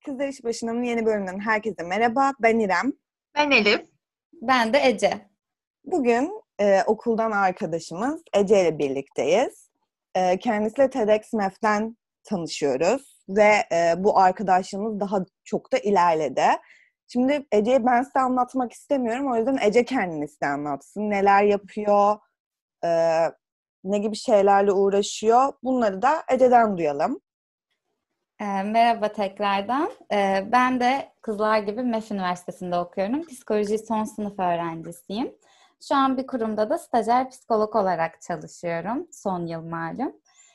Kızlar İş Başına'nın yeni bölümünden herkese merhaba. Ben İrem. Ben Elif. Ben de Ece. Bugün okuldan arkadaşımız Ece ile birlikteyiz. Kendisiyle TEDx MEF'ten tanışıyoruz ve bu arkadaşlığımız daha çok da ilerledi. Şimdi Ece'yi ben size anlatmak istemiyorum. O yüzden Ece kendini size anlatsın. Neler yapıyor, e, ne gibi şeylerle uğraşıyor. Bunları da Ece'den duyalım. Merhaba tekrardan. Ben de kızlar gibi MEF Üniversitesi'nde okuyorum. Psikoloji son sınıf öğrencisiyim. Şu an bir kurumda da stajyer psikolog olarak çalışıyorum. Son yıl malum.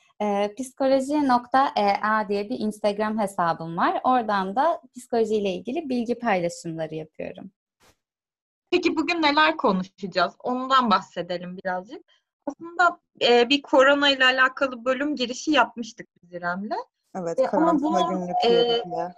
Psikoloji.ea diye bir Instagram hesabım var. Oradan da psikolojiyle ilgili bilgi paylaşımları yapıyorum. Peki bugün neler konuşacağız? Ondan bahsedelim birazcık. Aslında bir korona ile alakalı bölüm girişi yapmıştık biz İrem'le. Evet, Ama karantina bunun günlükleri diye.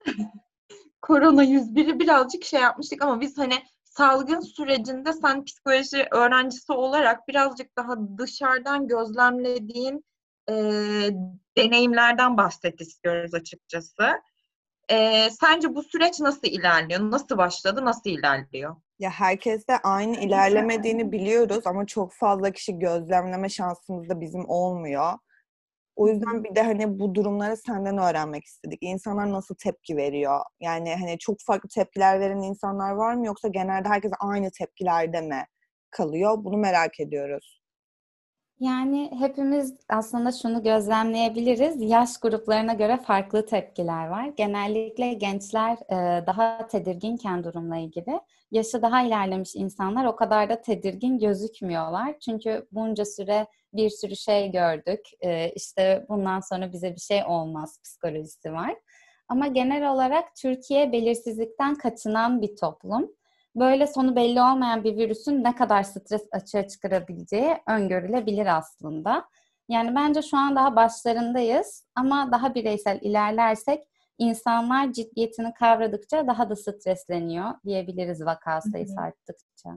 korona 101'i birazcık şey yapmıştık ama biz hani salgın sürecinde sen psikoloji öğrencisi olarak birazcık daha dışarıdan gözlemlediğin e, deneyimlerden bahset istiyoruz açıkçası. Sence bu süreç nasıl ilerliyor? Nasıl başladı? Nasıl ilerliyor? Ya herkeste aynı ilerlemediğini biliyoruz ama çok fazla kişi gözlemleme şansımız da bizim olmuyor. O yüzden bir de hani bu durumları senden öğrenmek istedik. İnsanlar nasıl tepki veriyor? Yani hani çok farklı tepkiler veren insanlar var mı yoksa genelde herkes aynı tepkilerde mi kalıyor? Bunu merak ediyoruz. Yani hepimiz aslında şunu gözlemleyebiliriz. Yaş gruplarına göre farklı tepkiler var. Genellikle gençler daha tedirginken durumla ilgili. Yaşı daha ilerlemiş insanlar o kadar da tedirgin gözükmüyorlar. Çünkü bunca süre bir sürü şey gördük. İşte bundan sonra bize bir şey olmaz psikolojisi var. Ama genel olarak Türkiye belirsizlikten kaçınan bir toplum. Böyle sonu belli olmayan bir virüsün ne kadar stres açığa çıkarabileceği öngörülebilir aslında. Yani bence şu an daha başlarındayız ama daha bireysel ilerlersek insanlar ciddiyetini kavradıkça daha da stresleniyor diyebiliriz vaka sayısı arttıkça.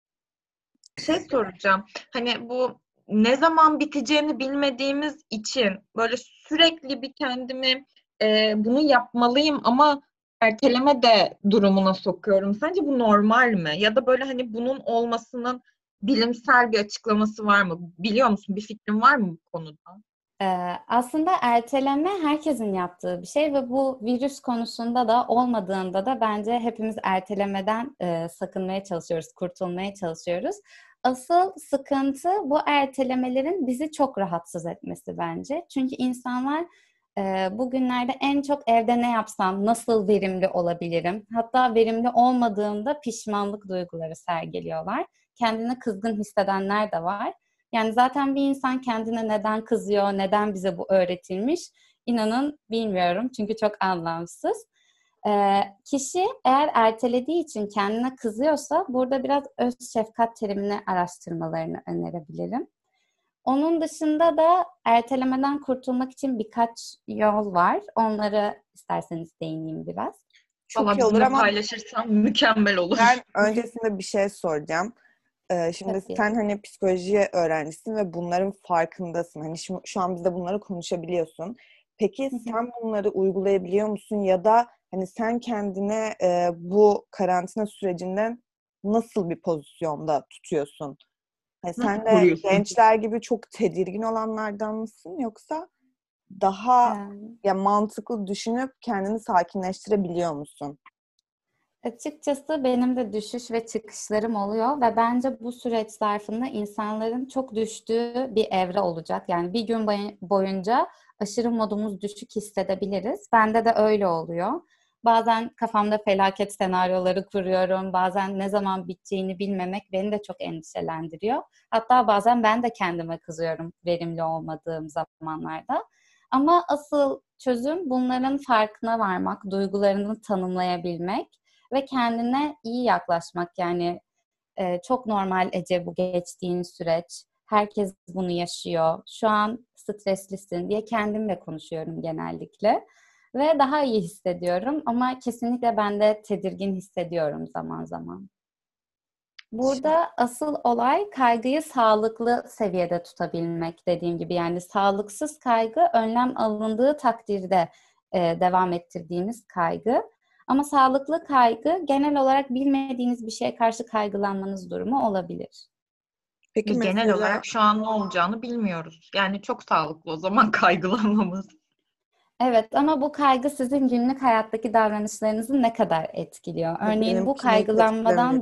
Şey soracağım. Hani bu ne zaman biteceğini bilmediğimiz için böyle sürekli bir kendimi bunu yapmalıyım ama erteleme de durumuna sokuyorum. Sence bu normal mi? Ya da böyle hani bunun olmasının bilimsel bir açıklaması var mı? Biliyor musun? Bir fikrin var mı bu konuda? Aslında erteleme herkesin yaptığı bir şey ve bu virüs konusunda da olmadığında da bence hepimiz ertelemeden sakınmaya çalışıyoruz, kurtulmaya çalışıyoruz. Asıl sıkıntı bu ertelemelerin bizi çok rahatsız etmesi bence. Çünkü insanlar bugünlerde en çok evde ne yapsam, nasıl verimli olabilirim, hatta verimli olmadığında pişmanlık duyguları sergiliyorlar. Kendini kızgın hissedenler de var. Yani zaten bir insan kendine neden kızıyor, neden bize bu öğretilmiş? İnanın bilmiyorum çünkü çok anlamsız. Kişi eğer ertelediği için kendine kızıyorsa burada biraz öz şefkat terimini araştırmalarını önerebilirim. Onun dışında da ertelemeden kurtulmak için birkaç yol var. Onları isterseniz değineyim biraz. Çok Valla iyi olur bizimle ama paylaşırsan mükemmel olur. ben öncesinde bir şey soracağım. Şimdi Tabii. sen hani psikoloji öğrencisin ve bunların farkındasın. Hani şu an bizde bunları konuşabiliyorsun. Peki sen bunları uygulayabiliyor musun ya da hani sen kendine bu karantina sürecinde nasıl bir pozisyonda tutuyorsun? Hani Nasıl sen de koruyorsun? gençler gibi çok tedirgin olanlardan mısın yoksa daha ya mantıklı düşünüp kendini sakinleştirebiliyor musun? Açıkçası benim de düşüş ve çıkışlarım oluyor ve bence bu süreç zarfında insanların çok düştüğü bir evre olacak. Yani bir gün boyunca aşırı modumuz düşük hissedebiliriz. Bende de öyle oluyor. Bazen kafamda felaket senaryoları kuruyorum. Bazen ne zaman biteceğini bilmemek beni de çok endişelendiriyor. Hatta bazen ben de kendime kızıyorum verimli olmadığım zamanlarda. Ama asıl çözüm bunların farkına varmak, duygularını tanımlayabilmek ve kendine iyi yaklaşmak. Yani çok normal Ece bu geçtiğin süreç. Herkes bunu yaşıyor. Şu an streslisin diye kendimle konuşuyorum genellikle. Ve daha iyi hissediyorum ama kesinlikle ben de tedirgin hissediyorum zaman zaman. Burada asıl olay kaygıyı sağlıklı seviyede tutabilmek dediğim gibi. Yani sağlıksız kaygı önlem alındığı takdirde devam ettirdiğimiz kaygı. Ama sağlıklı kaygı genel olarak bilmediğiniz bir şeye karşı kaygılanmanız durumu olabilir. Peki Genel mesela olarak şu an ne olacağını bilmiyoruz. Yani çok sağlıklı o zaman kaygılanmamız. Evet ama bu kaygı sizin günlük hayattaki davranışlarınızı ne kadar etkiliyor? Örneğin benimkini hiç etkilemiyor.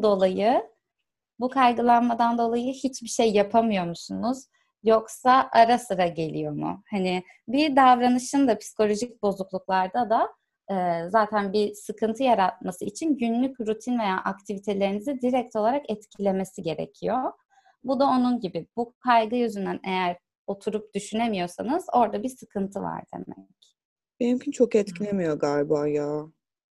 bu kaygılanmadan dolayı hiçbir şey yapamıyor musunuz? Yoksa ara sıra geliyor mu? Hani bir davranışın da psikolojik bozukluklarda da zaten bir sıkıntı yaratması için günlük rutin veya aktivitelerinizi direkt olarak etkilemesi gerekiyor. Bu da onun gibi. Bu kaygı yüzünden eğer oturup düşünemiyorsanız orada bir sıkıntı var demek. Benimkini çok etkilemiyor galiba ya.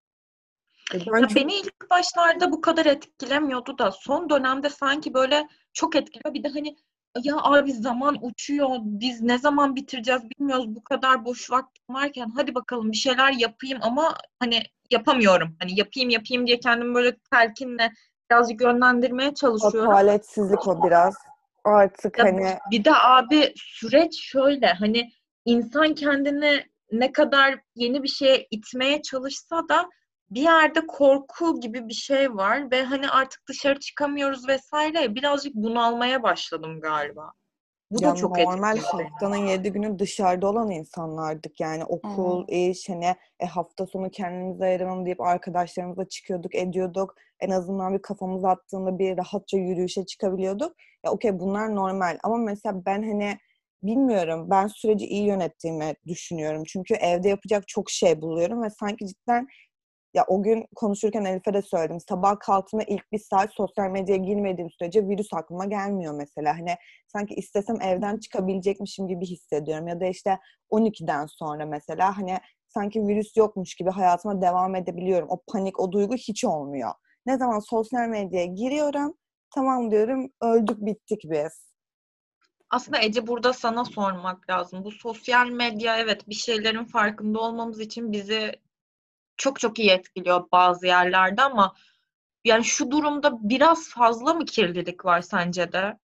Ben Ya çok beni ilk başlarda bu kadar etkilemiyordu da son dönemde sanki böyle çok etkiliyor. Bir de hani ya abi zaman uçuyor. Biz ne zaman bitireceğiz bilmiyoruz. Bu kadar boş vaktim varken hadi bakalım bir şeyler yapayım ama hani yapamıyorum. Hani yapayım diye kendimi böyle telkinle birazcık yönlendirmeye çalışıyorum. ataletsizlik o biraz. Artık Ya hani bir de abi süreç şöyle hani insan kendini ne kadar yeni bir şeye itmeye çalışsa da bir yerde korku gibi bir şey var ve hani artık dışarı çıkamıyoruz vesaire birazcık bunalmaya başladım galiba. Bu da ya çok normal etkiliyor beni. haftanın 7 günü dışarıda olan insanlardık. Yani okul, Evet. iş, hani hafta sonu kendimize ayıralım deyip arkadaşlarımızla çıkıyorduk, ediyorduk. En azından bir kafamız attığında bir rahatça yürüyüşe çıkabiliyorduk. Ya okey bunlar normal ama mesela ben hani bilmiyorum ben süreci iyi yönettiğimi düşünüyorum. Çünkü evde yapacak çok şey buluyorum ve sanki cidden ya o gün konuşurken Elif'e de söyledim. Sabah kalktığımda ilk bir saat sosyal medyaya girmediğim sürece virüs aklıma gelmiyor mesela. Hani sanki istesem evden çıkabilecekmişim gibi hissediyorum. Ya da işte 12'den sonra mesela hani sanki virüs yokmuş gibi hayatıma devam edebiliyorum. O panik, o duygu hiç olmuyor. Ne zaman sosyal medyaya giriyorum, tamam diyorum, öldük bittik biz. Aslında Ece burada sana sormak lazım. Bu sosyal medya evet bir şeylerin farkında olmamız için bizi çok çok iyi etkiliyor bazı yerlerde ama yani şu durumda biraz fazla mı kirlilik var sence de?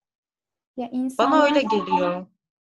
Ya Bana öyle insanlar geliyor.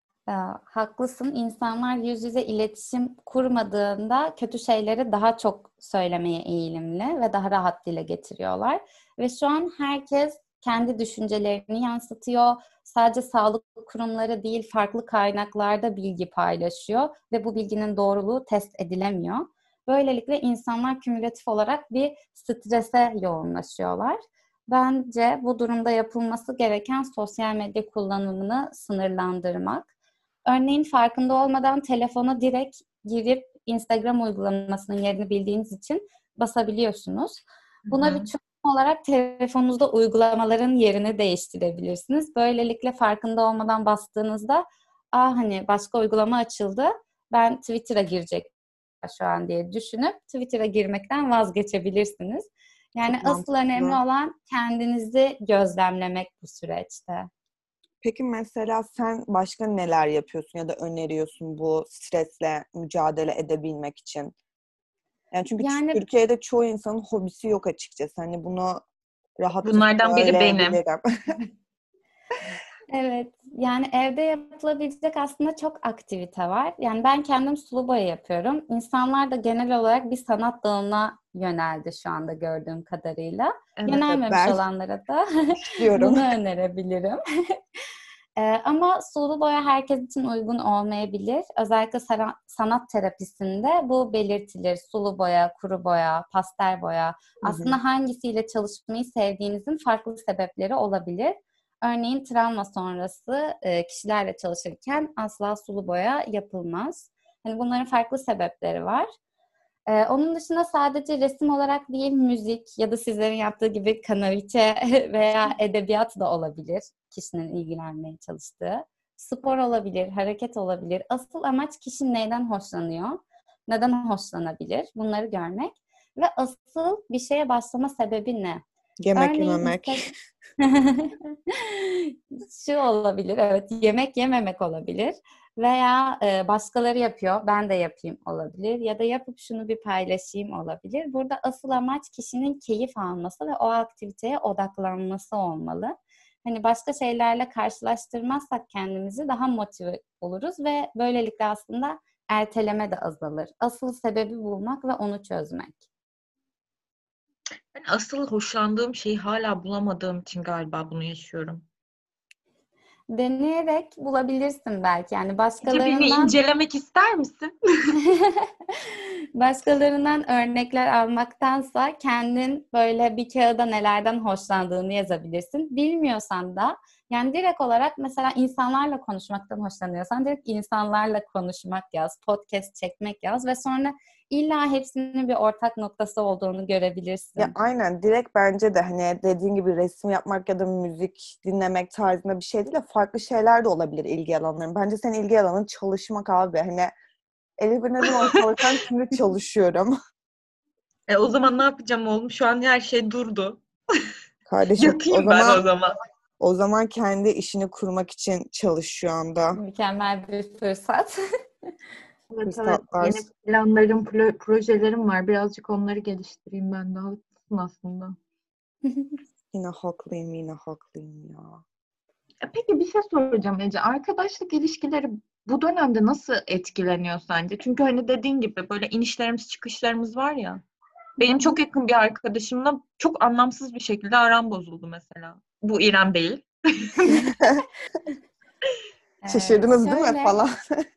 haklısın. İnsanlar yüz yüze iletişim kurmadığında kötü şeyleri daha çok söylemeye eğilimli ve daha rahat dile getiriyorlar. Ve şu an herkes kendi düşüncelerini yansıtıyor. Sadece sağlık kurumları değil, farklı kaynaklarda bilgi paylaşıyor ve bu bilginin doğruluğu test edilemiyor. Böylelikle insanlar kümülatif olarak bir strese yoğunlaşıyorlar. Bence bu durumda yapılması gereken sosyal medya kullanımını sınırlandırmak. Örneğin farkında olmadan telefona direkt girip Instagram uygulamasının yerini bildiğiniz için basabiliyorsunuz. Buna bir Hı. çözüm olarak telefonunuzda uygulamaların yerini değiştirebilirsiniz. Böylelikle farkında olmadan bastığınızda hani başka uygulama açıldı, ben Twitter'a girecek şu an diye düşünüp Twitter'a girmekten vazgeçebilirsiniz. Yani Çok asıl önemli mantıklı. olan kendinizi gözlemlemek bu süreçte. Peki mesela sen başka neler yapıyorsun ya da öneriyorsun bu stresle mücadele edebilmek için? Yani çünkü Yani Türkiye'de çoğu insanın hobisi yok açıkçası. Hani bunu rahatça Bunlardan biri benim. söyleyebilirim. evet, yani evde yapılabilecek aslında çok aktivite var. Yani ben kendim sulu boya yapıyorum. İnsanlar da genel olarak bir sanat dalına yöneldi şu anda gördüğüm kadarıyla. Evet. Evet, Yönelmemiş ben olanlara da istiyorum. bunu önerebilirim. Ama sulu boya herkes için uygun olmayabilir. Özellikle sanat terapisinde bu belirtilir. Sulu boya, kuru boya, pastel boya. Hı hı. Aslında hangisiyle çalışmayı sevdiğinizin farklı sebepleri olabilir. Örneğin travma sonrası kişilerle çalışırken asla sulu boya yapılmaz. Yani bunların farklı sebepleri var. Onun dışında sadece resim olarak değil, müzik ya da sizlerin yaptığı gibi kanaliçe veya edebiyat da olabilir kişinin ilgilenmeye çalıştığı. Spor olabilir, hareket olabilir. Asıl amaç kişi neyden hoşlanıyor, neden hoşlanabilir bunları görmek ve asıl bir şeye başlama sebebi ne? Yemek Örneğin yememek. şu olabilir, evet yemek yememek olabilir veya başkaları yapıyor, ben de yapayım olabilir ya da yapıp şunu bir paylaşayım olabilir. Burada asıl amaç kişinin keyif alması ve o aktiviteye odaklanması olmalı. Hani başka şeylerle karşılaştırmazsak kendimizi daha motive oluruz ve böylelikle aslında erteleme de azalır. Asıl sebebi bulmak ve onu çözmek. Ben asıl hoşlandığım şeyi hala bulamadığım için galiba bunu yaşıyorum. Deneyerek bulabilirsin belki. Yani Ece, beni incelemek ister misin? başkalarından örnekler almaktansa kendin böyle bir kağıda nelerden hoşlandığını yazabilirsin. Bilmiyorsan da yani direkt olarak mesela insanlarla konuşmaktan hoşlanıyorsan direkt insanlarla konuşmak yaz, podcast çekmek yaz ve sonra illa hepsinin bir ortak noktası olduğunu görebilirsin. Ya aynen, direkt bence de hani dediğin gibi resim yapmak ya da müzik dinlemek tarzında bir şey değil de farklı şeyler de olabilir ilgi alanların. Bence senin ilgi alanın çalışmak abi. Hani Elif ne zaman çalışsam şimdi çalışıyorum. O zaman ne yapacağım oğlum? Şu an her şey durdu. Kardeşim Yatayım ben o zaman. o zaman kendi işini kurmak için çalış şu anda. Mükemmel bir fırsat. Evet, Fırsatlar. yeni planlarım, projelerim var. Birazcık onları geliştireyim ben de. Haklısın aslında. Yine haklıyım ya. Peki bir şey soracağım Ece. Arkadaşlık ilişkileri bu dönemde nasıl etkileniyor sence? Çünkü hani dediğin gibi böyle inişlerimiz çıkışlarımız var ya. Benim çok yakın bir arkadaşımla çok anlamsız bir şekilde aram bozuldu mesela. Bu İrem değil. Şaşırdınız değil mi Şöyle, falan?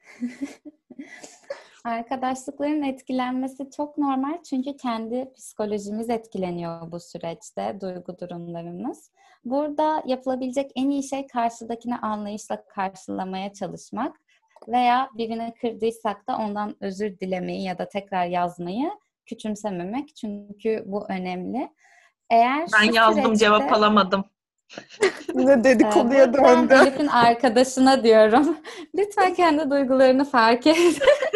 arkadaşlıkların etkilenmesi çok normal çünkü kendi psikolojimiz etkileniyor bu süreçte, duygu durumlarımız. Burada yapılabilecek en iyi şey karşıdakini anlayışla karşılamaya çalışmak veya birini kırdıysak da ondan özür dilemeyi ya da tekrar yazmayı küçümsememek çünkü bu önemli. Eğer Ben şu yazdım, cevap süreçte alamadım. Yine dedikoduya ben döndü. Elif'in arkadaşına diyorum. Lütfen kendi duygularını fark et.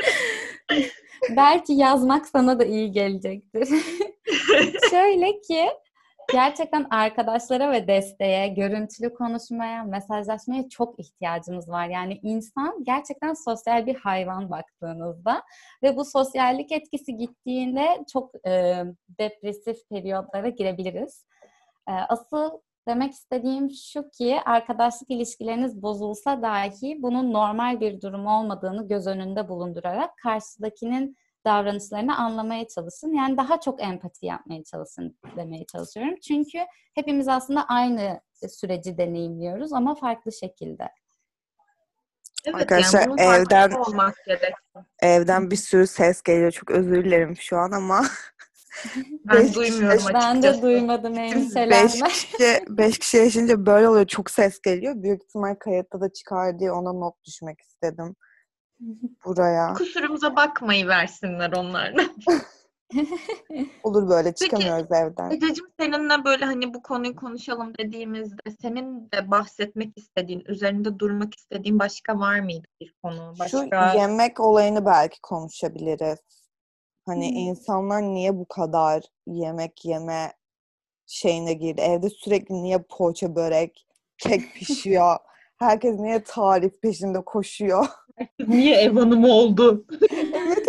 Belki yazmak sana da iyi gelecektir. Şöyle ki gerçekten arkadaşlara ve desteğe, görüntülü konuşmaya, mesajlaşmaya çok ihtiyacımız var. Yani insan gerçekten sosyal bir hayvan baktığınızda ve bu sosyallik etkisi gittiğinde çok depresif periyotlara girebiliriz. Asıl demek istediğim şu ki arkadaşlık ilişkileriniz bozulsa dahi bunun normal bir durum olmadığını göz önünde bulundurarak karşıdakinin davranışlarını anlamaya çalışın. Yani daha çok empati yapmaya çalışın demeye çalışıyorum. Çünkü hepimiz aslında aynı süreci deneyimliyoruz ama farklı şekilde. Evet, Arkadaşlar yani bunun farkında olmak gerek. evden bir sürü ses geliyor. Çok özür dilerim şu an ama Ben 5 kişi duymuyorum Ben de açıkçası. duymadım, 5 endişelenme. kişi 5 kişi yaşayınca böyle oluyor. Çok ses geliyor. Büyük ihtimal kayıtta da çıkar diye ona not düşmek istedim buraya. Kusurumuza bakmayı versinler onlar da. Olur, böyle Peki çıkamıyoruz evden. Ececiğim, seninle böyle hani bu konuyu konuşalım dediğimizde senin de bahsetmek istediğin, üzerinde durmak istediğin başka var mıydı bir konu? Şu Başka? yemek olayını belki konuşabiliriz. Hani insanlar niye bu kadar yemek yeme şeyine girdi? Evde sürekli niye poğaça börek, kek pişiyor? Herkes niye tarif peşinde koşuyor? Niye ev hanımı oldu? Evet.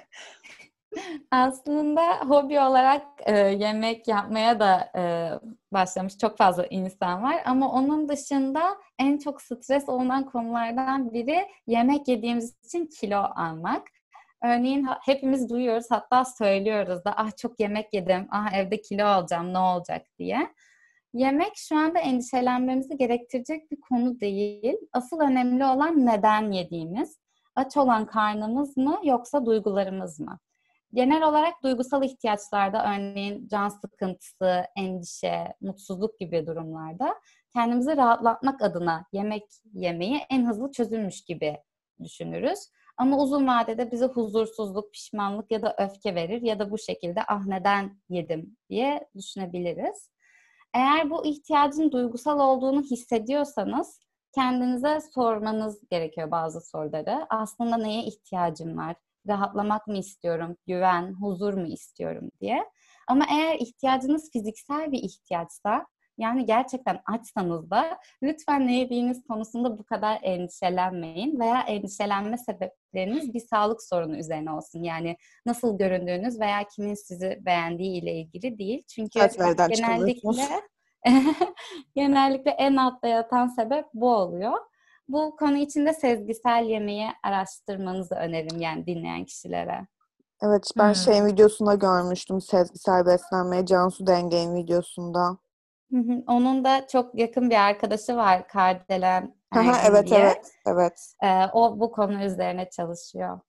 Aslında hobi olarak yemek yapmaya da başlamış çok fazla insan var. Ama onun dışında en çok stres olunan konulardan biri yemek yediğimiz için kilo almak. Örneğin hepimiz duyuyoruz, hatta söylüyoruz da ah çok yemek yedim, ah evde kilo alacağım ne olacak diye. Yemek şu anda endişelenmemizi gerektirecek bir konu değil. Asıl önemli olan neden yediğimiz. Aç olan karnımız mı yoksa duygularımız mı? Genel olarak duygusal ihtiyaçlarda örneğin can sıkıntısı, endişe, mutsuzluk gibi durumlarda kendimizi rahatlatmak adına yemek yemeyi en hızlı çözülmüş gibi düşünürüz. Ama uzun vadede bize huzursuzluk, pişmanlık ya da öfke verir ya da bu şekilde ah neden yedim diye düşünebiliriz. Eğer bu ihtiyacın duygusal olduğunu hissediyorsanız kendinize sormanız gerekiyor bazı soruları. Aslında neye ihtiyacım var? Rahatlamak mı istiyorum? Güven, huzur mu istiyorum diye. Ama eğer ihtiyacınız fiziksel bir ihtiyaçsa, yani gerçekten açsanız da lütfen ne yediğiniz konusunda bu kadar endişelenmeyin veya endişelenme sebepleriniz bir sağlık sorunu üzerine olsun. Yani nasıl göründüğünüz veya kimin sizi beğendiği ile ilgili değil. Çünkü Kaç evden çıkamıyorsunuz? genellikle genellikle en altta yatan sebep bu oluyor. Bu konu içinde sezgisel yemeği araştırmanızı öneririm yani dinleyen kişilere. Evet, ben şeyin videosunda görmüştüm, sezgisel beslenmeye, Cansu Denge'nin videosunda. Onun da çok yakın bir arkadaşı var, Kardelen Haha, Ergin evet diye. evet. O bu konu üzerine çalışıyor.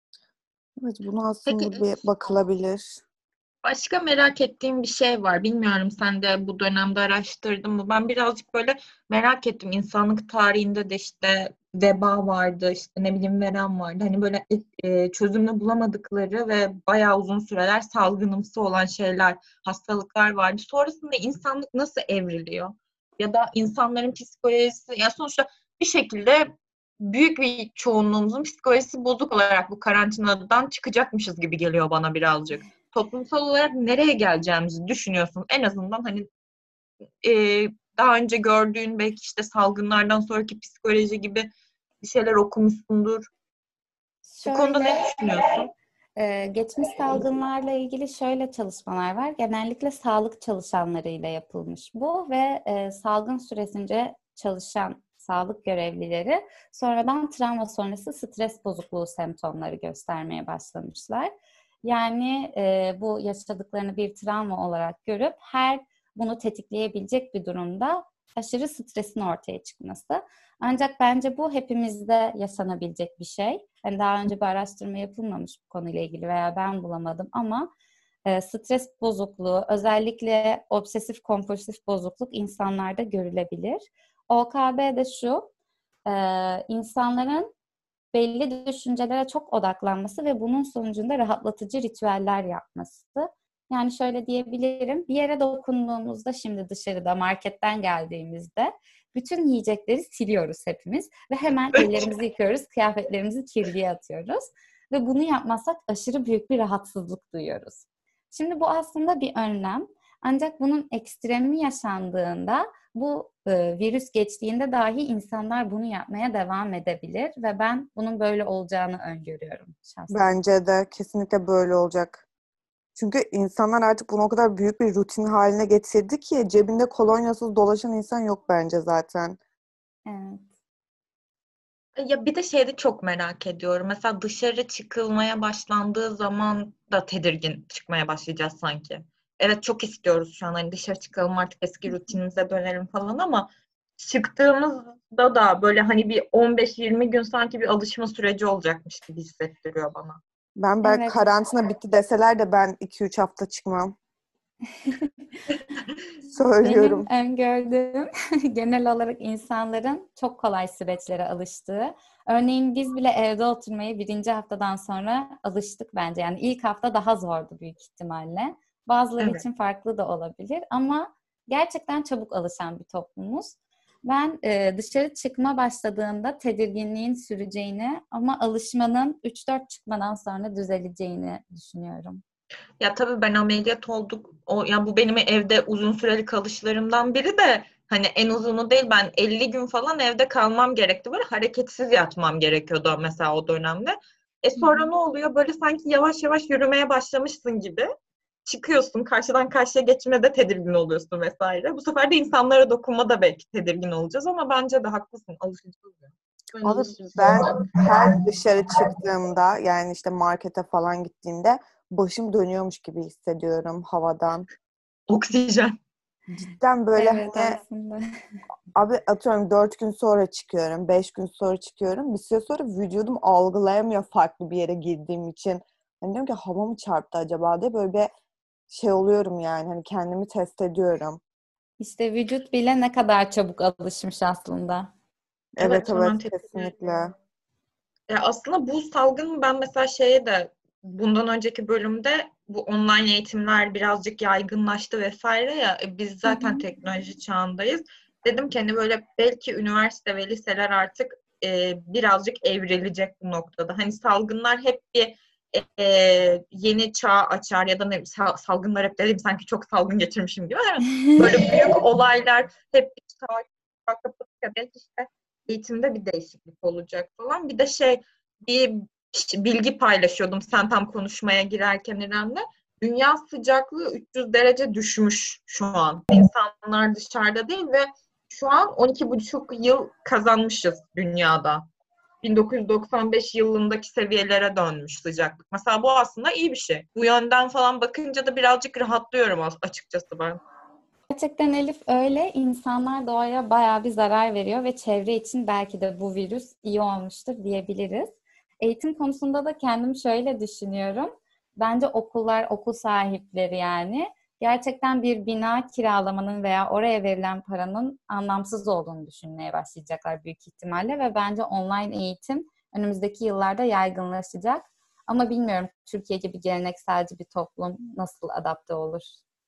Evet, bunu Peki aslında bir bakılabilir. başka merak ettiğim bir şey var. Bilmiyorum sen de bu dönemde araştırdın mı? Ben birazcık böyle merak ettim. İnsanlık tarihinde de işte veba vardı, işte ne bileyim verem vardı. Hani böyle çözümünü bulamadıkları ve bayağı uzun süreler salgınımsı olan şeyler, hastalıklar vardı. Sonrasında insanlık nasıl evriliyor? Ya da insanların psikolojisi, ya sonuçta bir şekilde büyük bir çoğunluğumuzun psikolojisi bozuk olarak bu karantinadan çıkacakmışız gibi geliyor bana birazcık. Toplumsal olarak nereye geleceğimizi düşünüyorsun. En azından hani e, daha önce gördüğün belki işte salgınlardan sonraki psikoloji gibi bir şeyler okumuşsundur. Bu konuda ne Şöyle, düşünüyorsun? geçmiş salgınlarla ilgili şöyle çalışmalar var. Genellikle sağlık çalışanlarıyla yapılmış bu ve salgın süresince çalışan sağlık görevlileri sonradan travma sonrası stres bozukluğu semptomları göstermeye başlamışlar. Yani bu yaşadıklarını bir travma olarak görüp her bunu tetikleyebilecek bir durumda aşırı stresin ortaya çıkması. Ancak bence bu hepimizde yaşanabilecek bir şey. Yani daha önce bir araştırma yapılmamış bu konuyla ilgili veya ben bulamadım ama stres bozukluğu, özellikle obsesif kompulsif bozukluk insanlarda görülebilir. OKB de şu, insanların belli düşüncelere çok odaklanması ve bunun sonucunda rahatlatıcı ritüeller yapması. Yani şöyle diyebilirim, bir yere dokunduğumuzda şimdi dışarıda marketten geldiğimizde bütün yiyecekleri siliyoruz hepimiz ve hemen ellerimizi yıkıyoruz, kıyafetlerimizi kirliye atıyoruz ve bunu yapmazsak aşırı büyük bir rahatsızlık duyuyoruz. Şimdi bu aslında bir önlem. Ancak bunun ekstremi yaşandığında bu virüs geçtiğinde dahi insanlar bunu yapmaya devam edebilir ve ben bunun böyle olacağını öngörüyorum şahsen. Bence de kesinlikle böyle olacak. Çünkü insanlar artık bunu o kadar büyük bir rutin haline getirdi ki cebinde kolonyasız dolaşan insan yok bence zaten. Evet. Ya bir de şeyde çok merak ediyorum. Mesela dışarı çıkılmaya başlandığı zaman da tedirgin çıkmaya başlayacağız sanki. Evet çok istiyoruz şu an hani dışarı çıkalım artık eski rutinimize dönelim falan ama çıktığımızda da böyle hani bir 15-20 gün sanki bir alışma süreci olacakmış gibi hissettiriyor bana. Ben belki Evet. karantina bitti deseler de ben 2-3 hafta çıkmam. Benim Söylüyorum. öngördüğüm genel olarak insanların çok kolay süreçlere alıştığı. Örneğin biz bile evde oturmaya birinci haftadan sonra alıştık bence. Yani ilk hafta daha zordu büyük ihtimalle. Bazıları Evet. için farklı da olabilir ama gerçekten çabuk alışan bir toplumuz. Ben dışarı çıkma başladığında tedirginliğin süreceğini ama alışmanın 3-4 çıkmadan sonra düzeleceğini düşünüyorum. Ya tabii ben ameliyat olduk. Ya bu benim evde uzun süreli kalışlarımdan biri de hani en uzunu değil ben 50 gün falan evde kalmam gerekti. Böyle hareketsiz yatmam gerekiyordu mesela o dönemde. Hı Sonra hı. ne oluyor? Böyle sanki yavaş yavaş yürümeye başlamışsın gibi. Çıkıyorsun, karşıdan karşıya geçmede tedirgin oluyorsun vesaire. Bu sefer de insanlara dokunma da belki tedirgin olacağız ama bence de haklısın, alışacağız ya. Ben Abi alışırız ben sonra. her dışarı çıktığımda yani işte markete falan gittiğimde başım dönüyormuş gibi hissediyorum havadan. Oksijen. Cidden böyle Evet hani aslında. abi atıyorum 4 gün sonra çıkıyorum, 5 gün sonra çıkıyorum. Bir süre sonra vücudum algılayamıyor farklı bir yere girdiğim için. Hani diyorum ki hava mı çarptı acaba diye böyle bir şey oluyorum yani. Hani kendimi test ediyorum. İşte vücut bile ne kadar çabuk alışmış aslında. Evet Evet, evet hemen tepki kesinlikle. veriyor. Aslında bu salgın ben mesela şeye de bundan önceki bölümde bu online eğitimler birazcık yaygınlaştı vesaire ya biz Hı zaten hı. teknoloji çağındayız. Dedim ki hani böyle belki üniversite ve liseler artık birazcık evrilecek bu noktada. Hani salgınlar hep bir yeni çağ açar ya da ne salgınlar hep dedim sanki çok salgın geçirmişim gibi. Yani böyle büyük olaylar hep bir çağ kapatıyor. Belki işte eğitimde bir değişiklik olacak falan. Bir de bir bilgi paylaşıyordum sen tam konuşmaya girerken İrem'le. Dünya sıcaklığı 300 derece düşmüş şu an. İnsanlar dışarıda değil ve şu an 12,5 yıl kazanmışız dünyada. 1995 yılındaki seviyelere dönmüş sıcaklık. Mesela bu aslında iyi bir şey. Bu yönden falan bakınca da birazcık rahatlıyorum açıkçası ben. Gerçekten Elif öyle. İnsanlar doğaya bayağı bir zarar veriyor ve çevre için belki de bu virüs iyi olmuştur diyebiliriz. Eğitim konusunda da kendim şöyle düşünüyorum. Bence okullar, okul sahipleri yani gerçekten bir bina kiralamanın veya oraya verilen paranın anlamsız olduğunu düşünmeye başlayacaklar büyük ihtimalle ve bence online eğitim önümüzdeki yıllarda yaygınlaşacak. Ama bilmiyorum Türkiye gibi gelenekselci bir toplum nasıl adapte olur?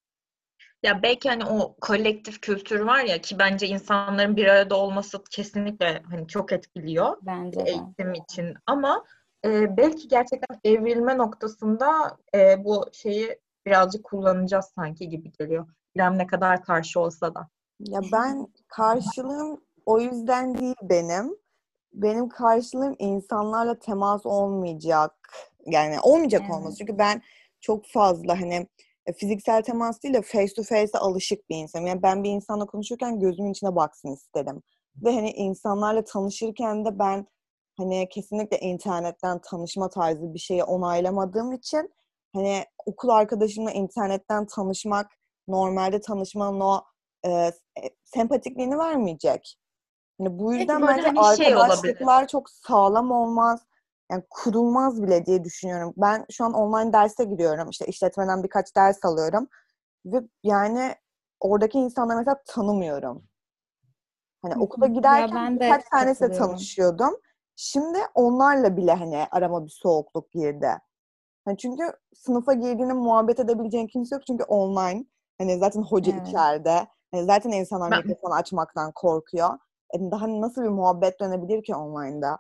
Ya belki hani o kolektif kültür var ya ki bence insanların bir arada olması kesinlikle hani çok etkiliyor Bence de. eğitim için. Ama belki gerçekten evrilme noktasında bu şeyi birazcık kullanacağız sanki gibi geliyor. İrem ne kadar karşı olsa da. Ya ben karşılığım o yüzden değil benim. Benim karşılığım insanlarla temas olmayacak. Yani olmayacak olması. Evet. Çünkü ben çok fazla hani fiziksel temas değil de face to face'e alışık bir insanım. Yani ben bir insanla konuşurken gözümün içine baksın isterim. Ve hani insanlarla tanışırken de ben hani kesinlikle internetten tanışma tarzı bir şeyi onaylamadığım için hani okul arkadaşımla internetten tanışmak normalde tanışmanın o sempatikliğini vermeyecek. Hani bu Belki yüzden böyle bence hani şey olabilir. arkadaşlıklar çok sağlam olmaz. Yani kurulmaz bile diye düşünüyorum. Ben şu an online derse giriyorum. İşte işletmeden birkaç ders alıyorum. Ve yani oradaki insanları mesela tanımıyorum. Hani okula Ya giderken ben birkaç de tanesiyle katılıyorum. tanışıyordum. Şimdi onlarla bile hani arama bir soğukluk girdi. Hani çünkü sınıfa girdiğinde muhabbet edebileceğin kimse yok çünkü online. Hani zaten hoca Evet. içeride. Hani zaten insanlar Ben mikrofon açmaktan korkuyor. Daha nasıl bir muhabbet dönebilir ki online'da?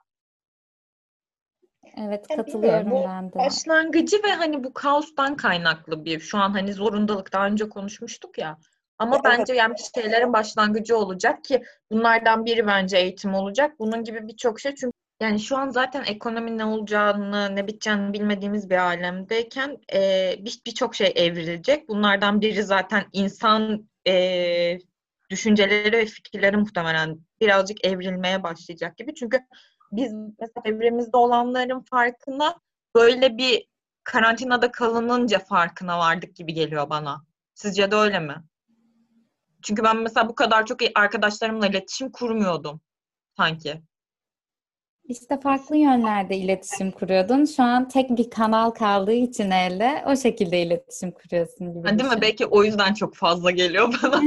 Evet, yani bilmiyorum katılıyorum bu ben de. başlangıcı ve hani bu kaostan kaynaklı bir şu an hani zorundalık daha önce konuşmuştuk ya. Ya Ama evet. bence yani bir şeylerin başlangıcı olacak ki bunlardan biri bence eğitim olacak. Bunun gibi birçok şey çünkü yani şu an zaten ekonomi ne olacağını ne biteceğini bilmediğimiz bir alemdeyken birçok şey evrilecek. Bunlardan biri zaten insan düşünceleri ve fikirleri muhtemelen birazcık evrilmeye başlayacak gibi. Çünkü biz mesela çevremizde olanların farkına böyle bir karantinada kalınınca farkına vardık gibi geliyor bana. Sizce de öyle mi? Çünkü ben mesela bu kadar çok arkadaşlarımla iletişim kurmuyordum sanki. İşte farklı yönlerde iletişim kuruyordun. Şu an tek bir kanal kaldığı için elde o şekilde iletişim kuruyorsun gibi Yani değil mi? düşün. Belki o yüzden çok fazla geliyor bana.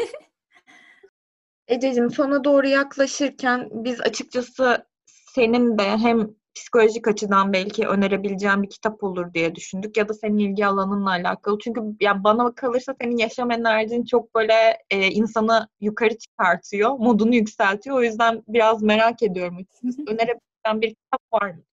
Ececiğim sona doğru yaklaşırken biz açıkçası senin de hem psikolojik açıdan belki önerebileceğin bir kitap olur diye düşündük ya da senin ilgi alanınla alakalı. Çünkü ya bana kalırsa senin yaşam enerjin çok böyle insanı yukarı çıkartıyor, modunu yükseltiyor. O yüzden biraz merak ediyorum açıkçası. Önerebileceğin bir kitap var mı?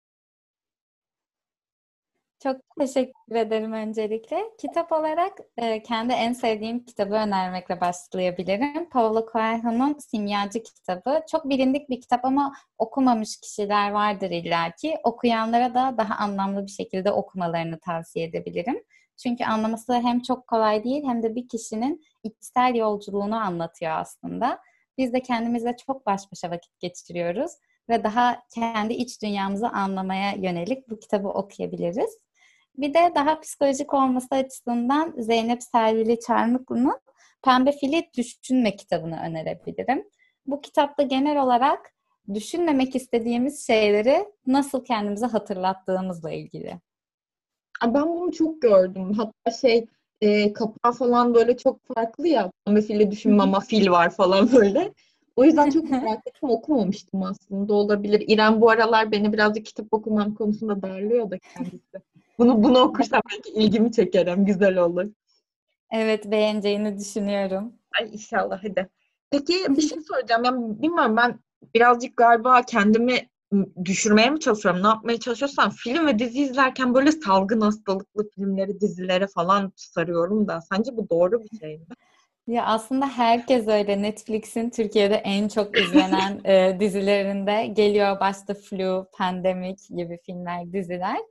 Çok teşekkür ederim öncelikle. Kitap olarak kendi en sevdiğim kitabı önermekle başlayabilirim. Paulo Coelho'nun Simyacı kitabı. Çok bilindik bir kitap ama okumamış kişiler vardır illaki. Okuyanlara da daha anlamlı bir şekilde okumalarını tavsiye edebilirim. Çünkü anlaması hem çok kolay değil hem de bir kişinin içsel yolculuğunu anlatıyor aslında. Biz de kendimizle çok baş başa vakit geçiriyoruz ve daha kendi iç dünyamızı anlamaya yönelik bu kitabı okuyabiliriz. Bir de daha psikolojik olması açısından Zeynep Selvili Çarmıklı'nın Pembe Fili Düşünme kitabını önerebilirim. Bu kitapta genel olarak düşünmemek istediğimiz şeyleri nasıl kendimize hatırlattığımızla ilgili. Ben bunu çok gördüm. Hatta kapağı falan böyle çok farklı ya. Pembe fili düşünme ama fil var falan böyle. O yüzden çok merak ettim. Okumamıştım aslında. Olabilir. İrem bu aralar beni birazcık kitap okumam konusunda darlıyor da kendisi. Bunu okursam belki ilgimi çekerim. Güzel olur. Evet, beğeneceğini düşünüyorum. Ay inşallah hadi. Peki bir şey soracağım. Yani bilmiyorum ben birazcık galiba kendimi düşürmeye mi çalışıyorum? Ne yapmaya çalışıyorsam film ve dizi izlerken böyle salgın hastalıklı filmleri, dizilere falan sarıyorum da. Sence bu doğru bir şey mi? Ya aslında herkes öyle. Netflix'in Türkiye'de en çok izlenen dizilerinde geliyor başta Flu, Pandemic gibi filmler, diziler.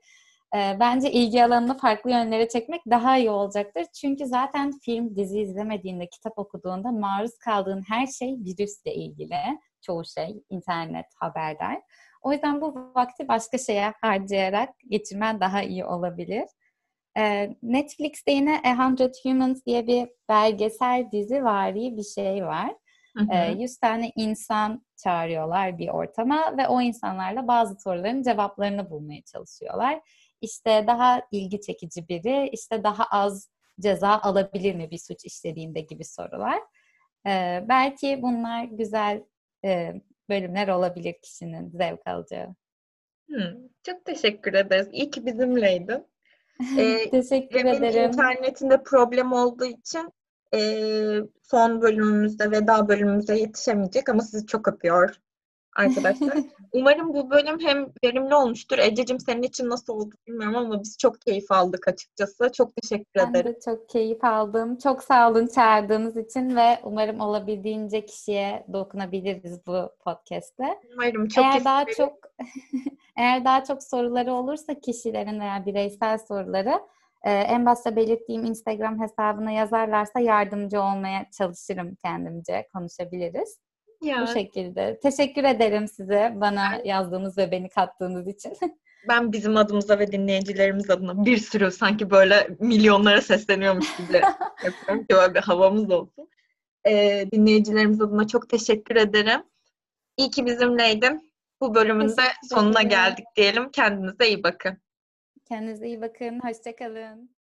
Bence ilgi alanını farklı yönlere çekmek daha iyi olacaktır. Çünkü zaten film, dizi izlemediğinde, kitap okuduğunda maruz kaldığın her şey virüsle ilgili. Çoğu şey, internet, haberler. O yüzden bu vakti başka şeye harcayarak geçirmen daha iyi olabilir. Netflix'te yine A Hundred Humans diye bir belgesel dizivari bir şey var. 100 tane insan çağırıyorlar bir ortama ve o insanlarla bazı soruların cevaplarını bulmaya çalışıyorlar. İşte daha ilgi çekici biri, işte daha az ceza alabilir mi bir suç işlediğinde gibi sorular. Belki bunlar güzel bölümler olabilir kişinin zevk alacağı. Çok teşekkür ederiz. İyi ki bizimleydin. Teşekkür Rem'in ederim. internetinde problem olduğu için son bölümümüzde, veda bölümümüze yetişemeyecek ama sizi çok öpüyor arkadaşlar. Umarım bu bölüm hem verimli olmuştur. Ececiğim, senin için nasıl oldu bilmiyorum ama biz çok keyif aldık açıkçası. Çok teşekkür Ben ederim. de çok keyif aldım. Çok sağ olun çağırdığınız için ve umarım olabildiğince kişiye dokunabiliriz bu podcast'te. Umarım çok Eğer daha çok soruları olursa kişilerin veya bireysel soruları en başta belirttiğim Instagram hesabına yazarlarsa yardımcı olmaya çalışırım kendimce. Konuşabiliriz. Bu şekilde. Teşekkür ederim size bana yazdığınız ve beni kattığınız için. Ben bizim adımıza ve dinleyicilerimiz adına bir sürü sanki böyle milyonlara sesleniyormuş gibi yapıyorum ki böyle bir havamız olsun. Dinleyicilerimiz adına çok teşekkür ederim. İyi ki bizimleydin. Bu bölümün de sonuna geldik diyelim. Kendinize iyi bakın. Kendinize iyi bakın. Hoşça kalın.